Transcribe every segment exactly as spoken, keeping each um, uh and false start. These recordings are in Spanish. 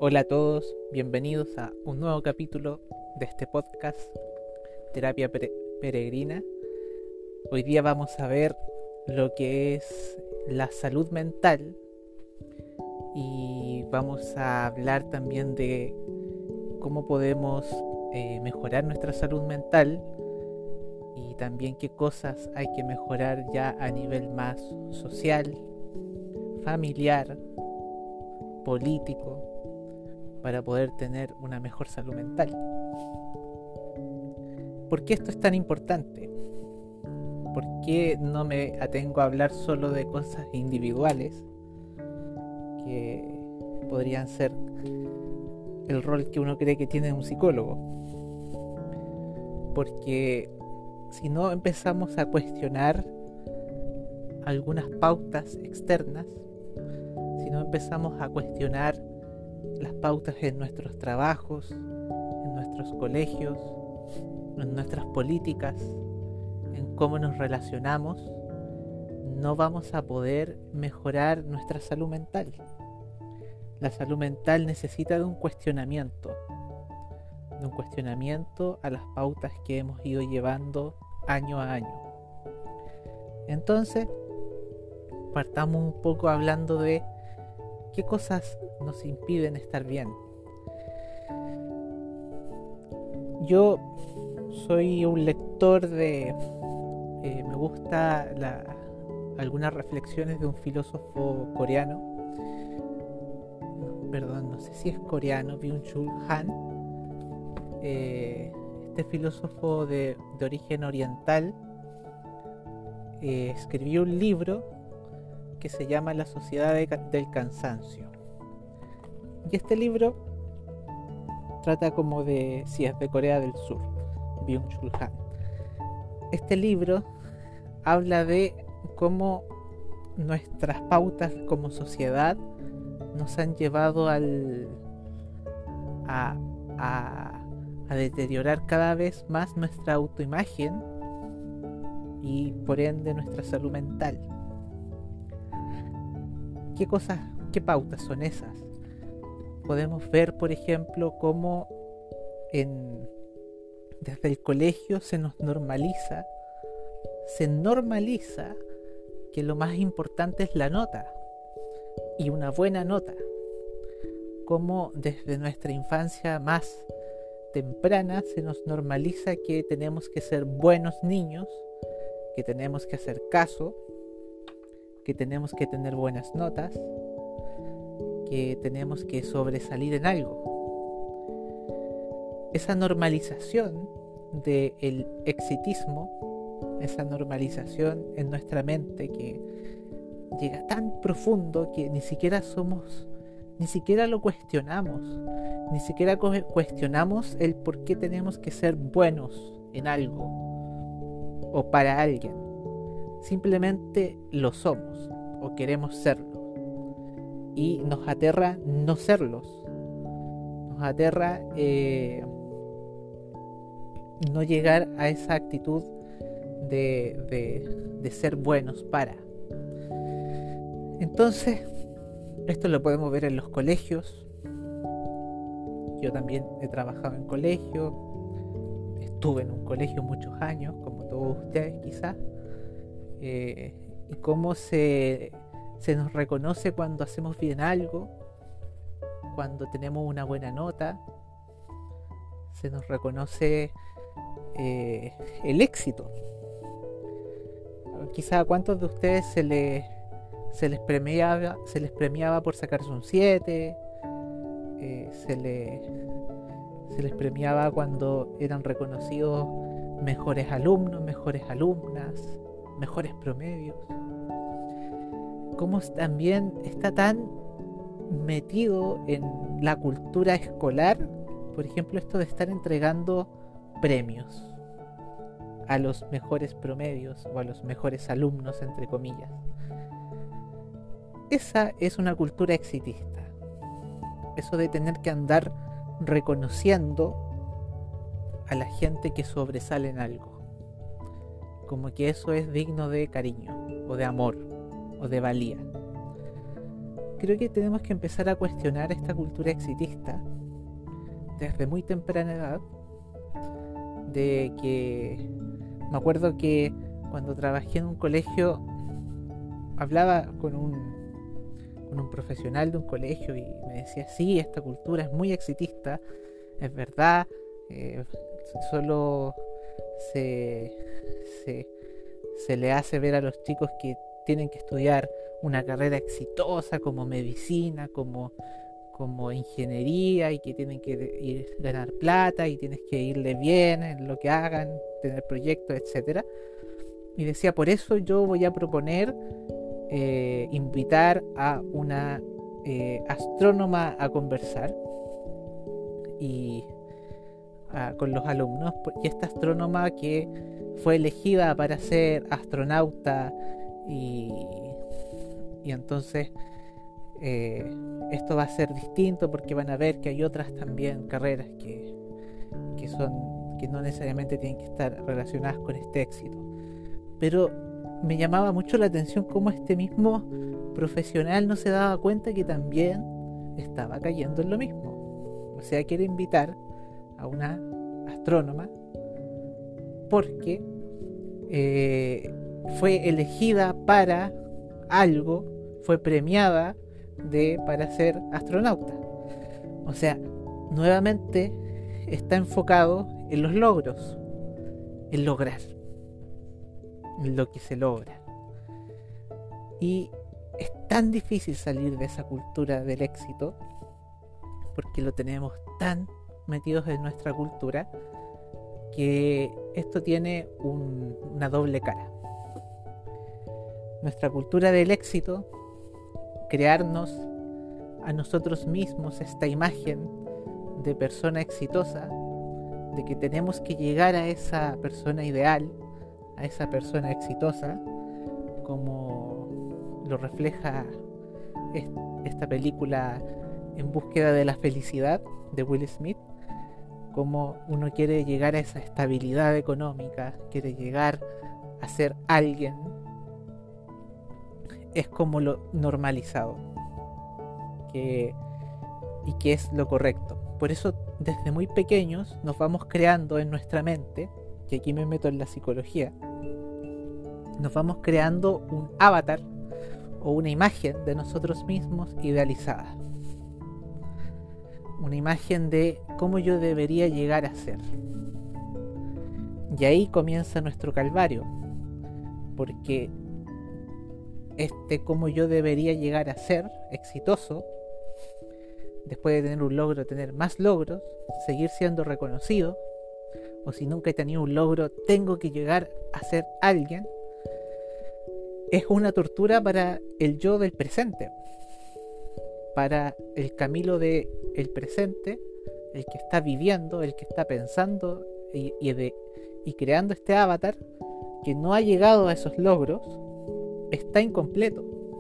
Hola a todos, bienvenidos a un nuevo capítulo de este podcast Terapia Pere- Peregrina. Hoy día vamos a ver lo que es la salud mental y vamos a hablar también de cómo podemos eh, mejorar nuestra salud mental y también qué cosas hay que mejorar ya a nivel más social, familiar, político, para poder tener una mejor salud mental. ¿Por qué esto es tan importante? ¿Por qué no me atengo a hablar solo de cosas individuales que podrían ser el rol que uno cree que tiene un psicólogo? Porque si no empezamos a cuestionar algunas pautas externas, si no empezamos a cuestionar las pautas en nuestros trabajos, en nuestros colegios, en nuestras políticas, en cómo nos relacionamos, no vamos a poder mejorar nuestra salud mental. La salud mental necesita de un cuestionamiento, de un cuestionamiento a las pautas que hemos ido llevando año a año. Entonces, partamos un poco hablando de qué cosas nos impiden estar bien. Yo soy un lector de... Eh, me gusta la, algunas reflexiones de un filósofo coreano. No, perdón, no sé si es coreano, Byung-Chul Han. Eh, este filósofo de, de origen oriental eh, escribió un libro que se llama La Sociedad de, del Cansancio. Y este libro trata como de... si es de Corea del Sur, Byung-Chul Han. Este libro habla de cómo nuestras pautas como sociedad nos han llevado al a, a, a deteriorar cada vez más nuestra autoimagen y por ende nuestra salud mental. ¿Qué cosas, qué pautas son esas? Podemos ver, por ejemplo, cómo en, desde el colegio se nos normaliza, se normaliza que lo más importante es la nota, y una buena nota. Cómo desde nuestra infancia más temprana se nos normaliza que tenemos que ser buenos niños, que tenemos que hacer caso, que tenemos que tener buenas notas, que tenemos que sobresalir en algo. Esa normalización del exitismo, esa normalización en nuestra mente que llega tan profundo que ni siquiera somos, ni siquiera lo cuestionamos, ni siquiera cuestionamos el por qué tenemos que ser buenos en algo o para alguien. Simplemente lo somos o queremos serlo y nos aterra no serlos, nos aterra eh, no llegar a esa actitud de, de, de ser buenos para. Entonces, esto lo podemos ver en los colegios. Yo también he trabajado en colegio, estuve en un colegio muchos años, como todos ustedes quizás. Eh, y cómo se, se nos reconoce cuando hacemos bien algo, cuando tenemos una buena nota, se nos reconoce eh, el éxito. Quizá a cuántos de ustedes se les, se les premiaba, se les premiaba por sacarse un siete, eh, se, le, se les premiaba cuando eran reconocidos mejores alumnos, mejores alumnas, mejores promedios. Cómo también está tan metido en la cultura escolar, por ejemplo, esto de estar entregando premios a los mejores promedios o a los mejores alumnos, entre comillas. Esa es una cultura exitista. Eso de tener que andar reconociendo a la gente que sobresale en algo, como que eso es digno de cariño o de amor o de valía. creo que tenemos que empezar a cuestionar esta cultura exitista desde muy temprana edad. De que me acuerdo que cuando trabajé en un colegio hablaba con un, con un profesional de un colegio y me decía, sí, esta cultura es muy exitista, es verdad, eh, solo se, se, se le hace ver a los chicos que tienen que estudiar una carrera exitosa como medicina, como, como ingeniería, y que tienen que ir ganar plata y tienes que irle bien en lo que hagan, tener proyectos, etcétera. Y decía, por eso yo voy a proponer eh, invitar a una eh, astrónoma a conversar y a, con los alumnos, y esta astrónoma que fue elegida para ser astronauta y, y entonces eh, esto va a ser distinto porque van a ver que hay otras también carreras que, que son que no necesariamente tienen que estar relacionadas con este éxito. Pero me llamaba mucho la atención cómo este mismo profesional no se daba cuenta que también estaba cayendo en lo mismo. O sea, quiere invitar a una astrónoma porque eh, fue elegida para algo, fue premiada de, para ser astronauta. O sea, nuevamente está enfocado en los logros, en lograr, en lo que se logra. Y es tan difícil salir de esa cultura del éxito porque lo tenemos tan metidos en nuestra cultura que esto tiene un, una doble cara. Nuestra cultura del éxito, crearnos a nosotros mismos esta imagen de persona exitosa, de que tenemos que llegar a esa persona ideal, a esa persona exitosa, como lo refleja esta película En búsqueda de la felicidad de Will Smith, como uno quiere llegar a esa estabilidad económica, quiere llegar a ser alguien, es como lo normalizado que, y que es lo correcto. Por eso desde muy pequeños nos vamos creando en nuestra mente, y aquí me meto en la psicología, nos vamos creando un avatar o una imagen de nosotros mismos idealizada, una imagen de cómo yo debería llegar a ser. Y ahí comienza nuestro calvario, porque este cómo yo debería llegar a ser exitoso, después de tener un logro, tener más logros, seguir siendo reconocido, o si nunca he tenido un logro, tengo que llegar a ser alguien, es una tortura para el yo del presente, para el Camilo del presente, el que está viviendo, el que está pensando y, y, de, y creando este avatar que no ha llegado a esos logros. Está incompleto,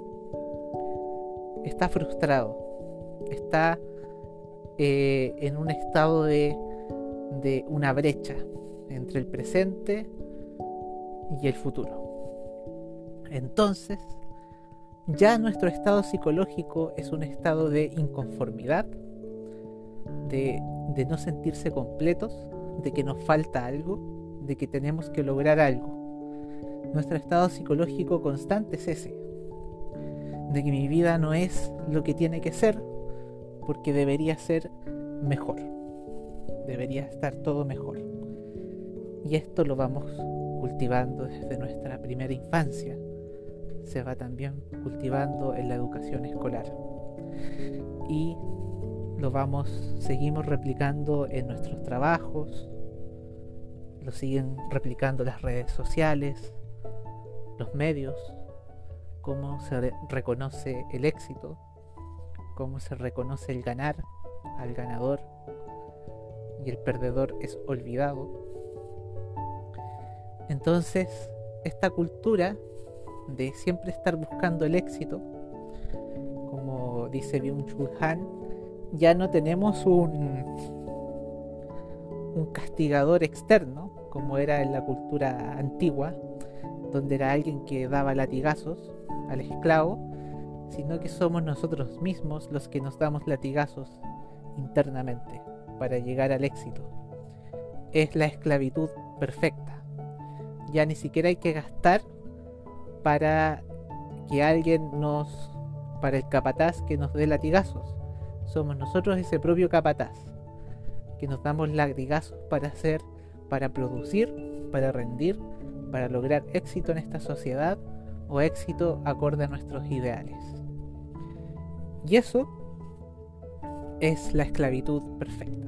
está frustrado, está eh, en un estado de, de una brecha entre el presente y el futuro. Entonces, ya nuestro estado psicológico es un estado de inconformidad, de, de no sentirse completos, de que nos falta algo, de que tenemos que lograr algo. Nuestro estado psicológico constante es ese, de que mi vida no es lo que tiene que ser, porque debería ser mejor, debería estar todo mejor. Y esto lo vamos cultivando desde nuestra primera infancia, se va también cultivando en la educación escolar y lo vamos, seguimos replicando en nuestros trabajos, lo siguen replicando las redes sociales, los medios, cómo se re- reconoce el éxito, cómo se reconoce el ganar al ganador y el perdedor es olvidado. Entonces, esta cultura de siempre estar buscando el éxito, como dice Byung-Chul Han, ya no tenemos un, un castigador externo, como era en la cultura antigua, donde era alguien que daba latigazos al esclavo, sino que somos nosotros mismos los que nos damos latigazos internamente para llegar al éxito. Es la esclavitud perfecta. Ya ni siquiera hay que gastar para que alguien nos, para el capataz que nos dé latigazos. Somos nosotros ese propio capataz que nos damos latigazos para hacer, para producir, para rendir, para lograr éxito en esta sociedad o éxito acorde a nuestros ideales. Y eso es la esclavitud perfecta.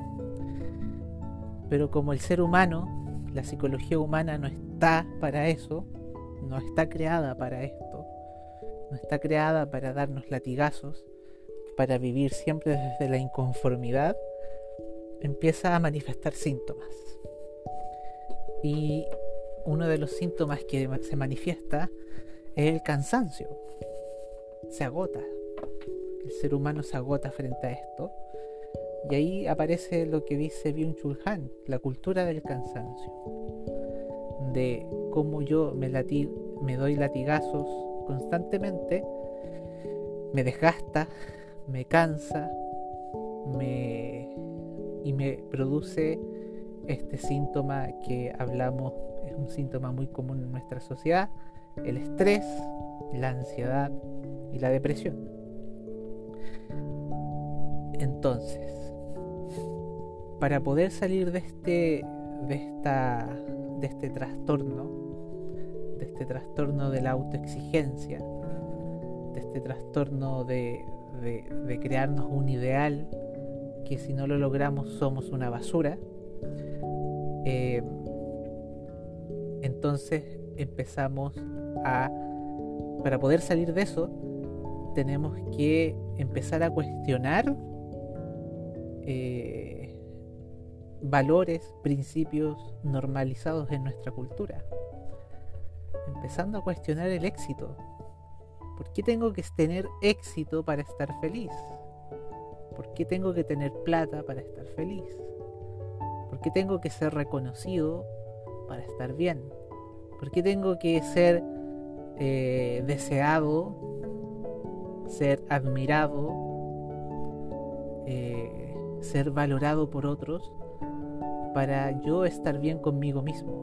Pero como el ser humano, la psicología humana no está para eso, no está creada para esto, no está creada para darnos latigazos, para vivir siempre desde la inconformidad, empieza a manifestar síntomas. Y uno de los síntomas que se manifiesta es el cansancio. Se agota. El ser humano se agota frente a esto. Y ahí aparece lo que dice Byung-Chul Han, la cultura del cansancio. De cómo yo me, lati- me doy latigazos constantemente, me desgasta, me cansa, me... y me produce este síntoma que hablamos, es un síntoma muy común en nuestra sociedad, el estrés, la ansiedad y la depresión. Entonces, para poder salir de este, de esta, de este trastorno, de este trastorno de la autoexigencia, de este trastorno de, de, de crearnos un ideal que si no lo logramos somos una basura, eh, entonces empezamos a, para poder salir de eso, tenemos que empezar a cuestionar eh, valores, principios normalizados en nuestra cultura, empezando a cuestionar el éxito. ¿Por qué tengo que tener éxito para estar feliz? ¿Por qué tengo que tener plata para estar feliz? ¿Por qué tengo que ser reconocido para estar bien? ¿Por qué tengo que ser eh, deseado, ser admirado, eh, ser valorado por otros para yo estar bien conmigo mismo?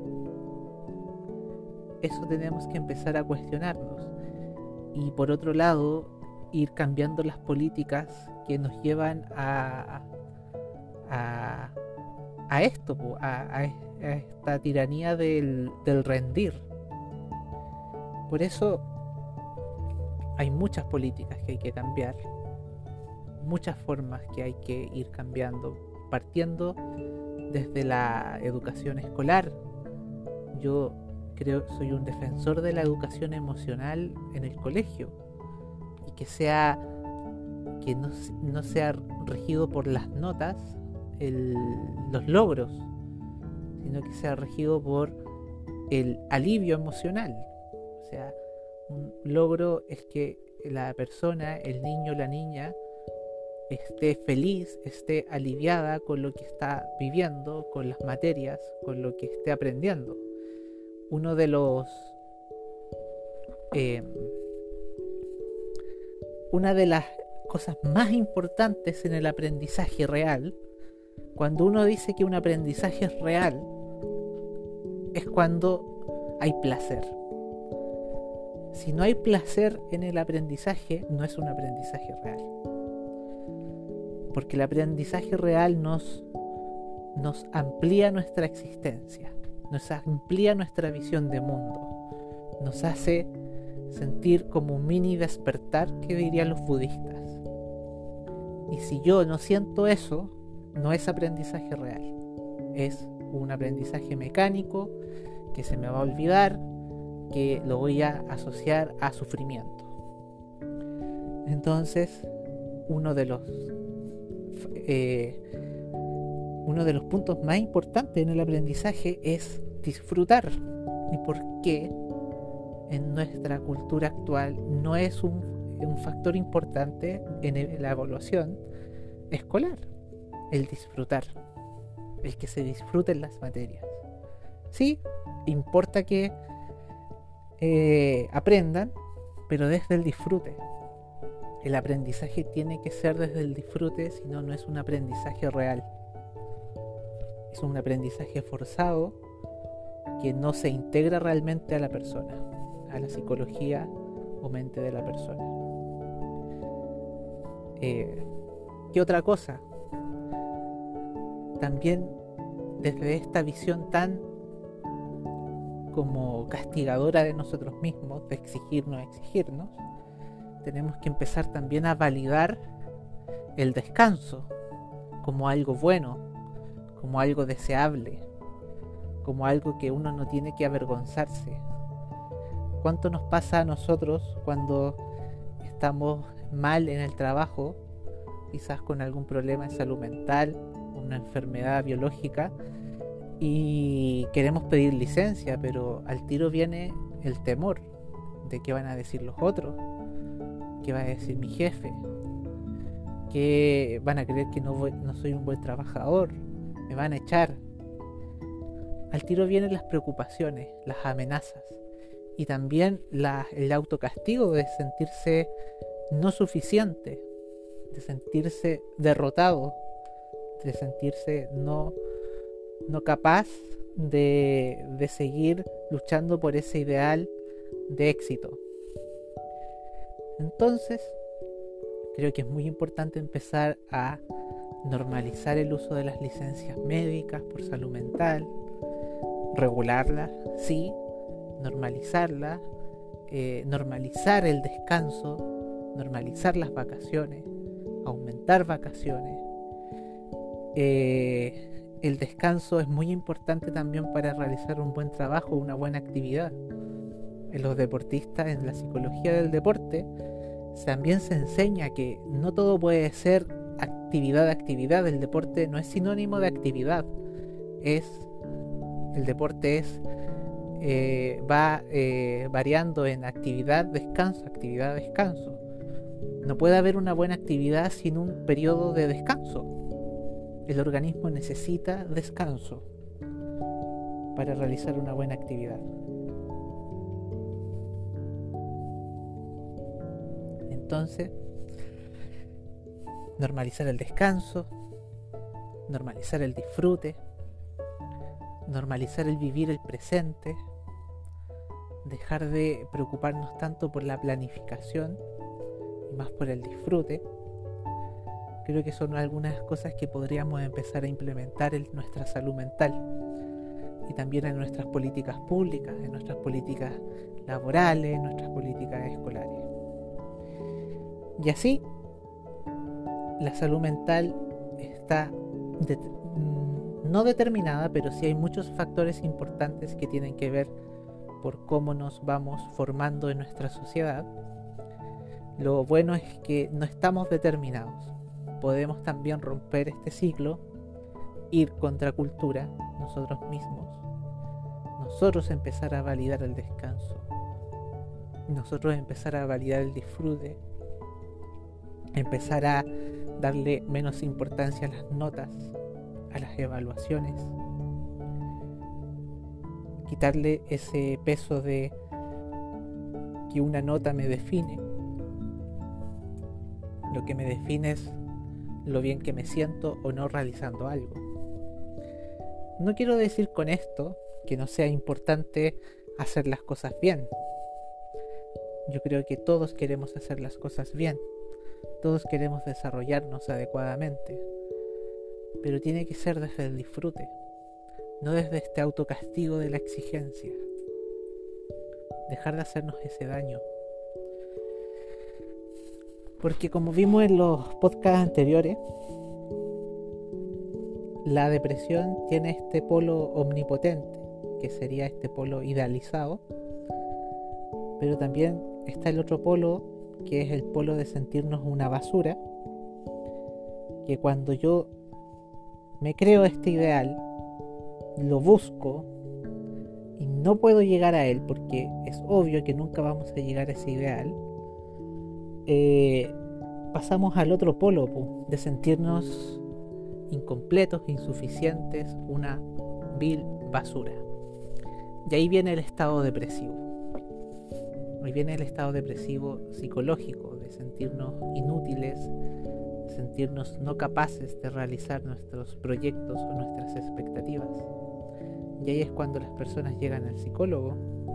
Eso tenemos que empezar a cuestionarnos. Y por otro lado, ir cambiando las políticas que nos llevan a a, a esto, a, a, a esta tiranía del, del rendir. Por eso hay muchas políticas que hay que cambiar, muchas formas que hay que ir cambiando, partiendo desde la educación escolar. Yo creo, soy un defensor de la educación emocional en el colegio, y que sea que no, no sea regido por las notas, el, los logros, sino que sea regido por el alivio emocional. O sea, un logro es que la persona, el niño o la niña, esté feliz, esté aliviada con lo que está viviendo, con las materias, con lo que esté aprendiendo. Uno de los eh, una de las cosas más importantes en el aprendizaje real, cuando uno dice que un aprendizaje es real, es cuando hay placer. Si no hay placer en el aprendizaje, no es un aprendizaje real. Porque el aprendizaje real nos, nos amplía nuestra existencia, nos amplía nuestra visión de mundo, nos hace sentir como un mini despertar, que dirían los budistas. Y si yo no siento eso, no es aprendizaje real, es un aprendizaje mecánico que se me va a olvidar, que lo voy a asociar a sufrimiento. Entonces, uno de los eh, uno de los puntos más importantes en el aprendizaje es disfrutar. ¿Y por qué en nuestra cultura actual no es un, un factor importante en la evaluación escolar? El disfrutar, el que se disfruten las materias. Sí, importa que eh, aprendan, pero desde el disfrute, el aprendizaje tiene que ser desde el disfrute, si no, no es un aprendizaje real. Es un aprendizaje forzado que no se integra realmente a la persona, a la psicología o mente de la persona. Eh, ¿Qué otra cosa? También desde esta visión tan como castigadora de nosotros mismos, de exigirnos, exigirnos, tenemos que empezar también a validar el descanso como algo bueno, como algo deseable, como algo que uno no tiene que avergonzarse. ¿Cuánto nos pasa a nosotros cuando estamos mal en el trabajo, quizás con algún problema de salud mental, una enfermedad biológica, y queremos pedir licencia, pero al tiro viene el temor de qué van a decir los otros, qué va a decir mi jefe, que van a creer que no, voy, no soy un buen trabajador, me van a echar. Al tiro vienen las preocupaciones, las amenazas y también la, el autocastigo de sentirse no suficiente, de sentirse derrotado, de sentirse no, no capaz de, de seguir luchando por ese ideal de éxito. Entonces, creo que es muy importante empezar a normalizar el uso de las licencias médicas por salud mental, regularlas, sí, normalizarlas, eh, normalizar el descanso, normalizar las vacaciones, aumentar vacaciones. Eh, el descanso es muy importante también para realizar un buen trabajo, una buena actividad. En los deportistas, en la psicología del deporte, también se enseña que no todo puede ser actividad a actividad. El deporte no es sinónimo de actividad. Es, el deporte es eh, va eh, variando en actividad, descanso, actividad, descanso. No puede haber una buena actividad sin un periodo de descanso. El organismo necesita descanso para realizar una buena actividad. Entonces, normalizar el descanso, normalizar el disfrute, normalizar el vivir el presente, dejar de preocuparnos tanto por la planificación y más por el disfrute. Creo que son algunas cosas que podríamos empezar a implementar en nuestra salud mental y también en nuestras políticas públicas, en nuestras políticas laborales, en nuestras políticas escolares. Y así, la salud mental está de, no determinada, pero sí hay muchos factores importantes que tienen que ver por cómo nos vamos formando en nuestra sociedad. Lo bueno es que no estamos determinados. Podemos también romper este ciclo, ir contra cultura, nosotros mismos, nosotros empezar a validar el descanso, nosotros empezar a validar el disfrute, empezar a darle menos importancia a las notas, a las evaluaciones, quitarle ese peso de que una nota me define. Lo que me define es lo bien que me siento o no realizando algo. No quiero decir con esto que no sea importante hacer las cosas bien. Yo creo que todos queremos hacer las cosas bien. Todos queremos desarrollarnos adecuadamente. Pero tiene que ser desde el disfrute, no desde este autocastigo de la exigencia. Dejar de hacernos ese daño. Porque como vimos en los podcasts anteriores, la depresión tiene este polo omnipotente, que sería este polo idealizado, pero también está el otro polo, que es el polo de sentirnos una basura, que cuando yo me creo este ideal, lo busco y no puedo llegar a él, porque es obvio que nunca vamos a llegar a ese ideal, eh, pasamos al otro polo de sentirnos incompletos, insuficientes, una vil basura. Y ahí viene el estado depresivo. Hoy viene el estado depresivo psicológico, de sentirnos inútiles, de sentirnos no capaces de realizar nuestros proyectos o nuestras expectativas. Y ahí es cuando las personas llegan al psicólogo.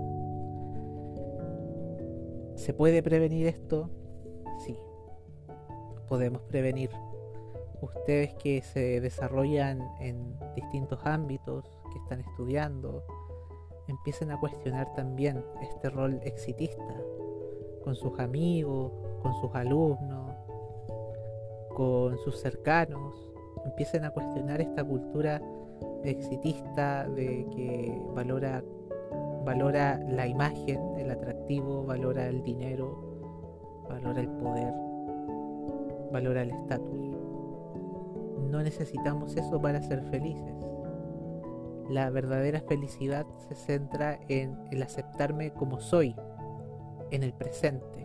¿Se puede prevenir esto? Sí, podemos prevenir. Ustedes que se desarrollan en distintos ámbitos, que están estudiando, empiecen a cuestionar también este rol exitista con sus amigos, con sus alumnos, con sus cercanos. Empiecen a cuestionar esta cultura exitista de que valora valora la imagen, el atractivo, valora el dinero, valora el poder, valora el estatus. No necesitamos eso para ser felices. La verdadera felicidad se centra en el aceptarme como soy, en el presente.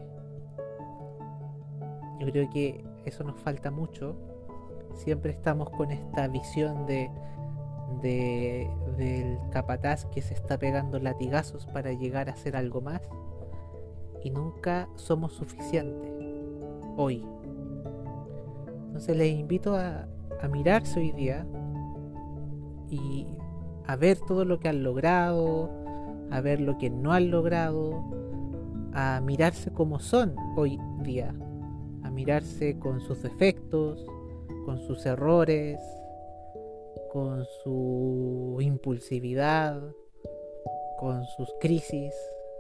Yo creo que eso nos falta mucho. Siempre estamos con esta visión de, de del capataz que se está pegando latigazos para llegar a hacer algo más, y nunca somos suficientes hoy. Entonces les invito a, a mirarse hoy día y a ver todo lo que han logrado, a ver lo que no han logrado, a mirarse como son hoy día, a mirarse con sus defectos, con sus errores, con su impulsividad, con sus crisis,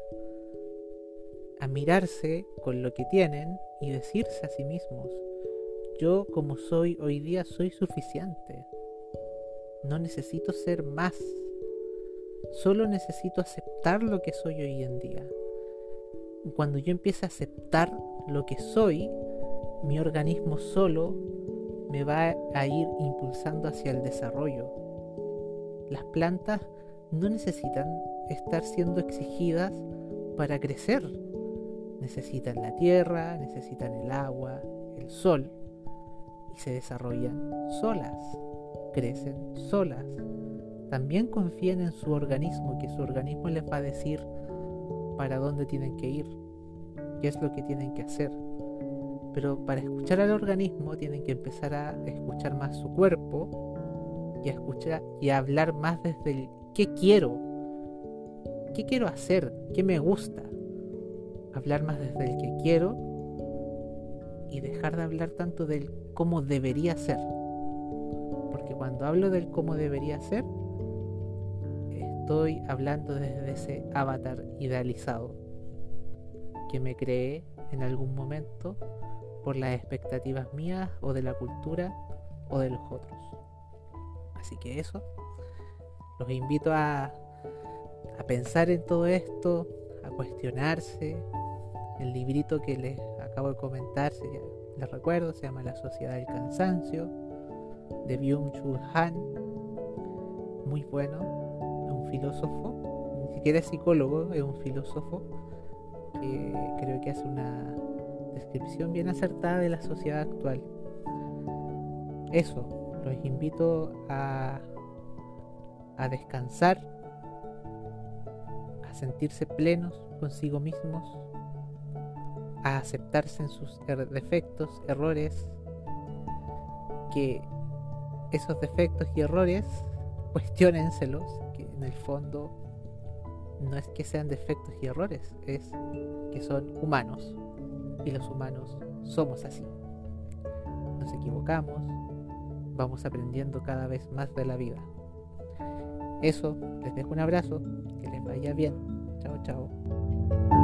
a mirarse con lo que tienen y decirse a sí mismos: yo como soy hoy día soy suficiente. No necesito ser más. Solo necesito aceptar lo que soy hoy en día. Cuando yo empiece a aceptar lo que soy, mi organismo solo me va a ir impulsando hacia el desarrollo. Las plantas no necesitan estar siendo exigidas para crecer. Necesitan la tierra, necesitan el agua, el sol, y se desarrollan solas. Crecen solas. También confíen en su organismo, que su organismo les va a decir para dónde tienen que ir, qué es lo que tienen que hacer. Pero para escuchar al organismo tienen que empezar a escuchar más su cuerpo y a escuchar y a hablar más desde el qué quiero, qué quiero hacer, qué me gusta. Hablar más desde el que quiero y dejar de hablar tanto del cómo debería ser. Porque cuando hablo del cómo debería ser, estoy hablando desde ese avatar idealizado que me creé en algún momento por las expectativas mías o de la cultura o de los otros. Así que eso, los invito a, a pensar en todo esto, a cuestionarse. El librito que les acabo de comentar, les recuerdo, se llama La Sociedad del Cansancio, de Byung-Chul Han. Muy bueno, es un filósofo, ni siquiera es psicólogo, es un filósofo que creo que hace una descripción bien acertada de la sociedad actual. Eso, los invito a, a descansar, a sentirse plenos consigo mismos, a aceptarse en sus er- defectos, errores, que esos defectos y errores cuestiónenselos, que en el fondo no es que sean defectos y errores, es que son humanos, y los humanos somos así. Nos equivocamos, vamos aprendiendo cada vez más de la vida. Eso, les dejo un abrazo, que les vaya bien. Chao, chao.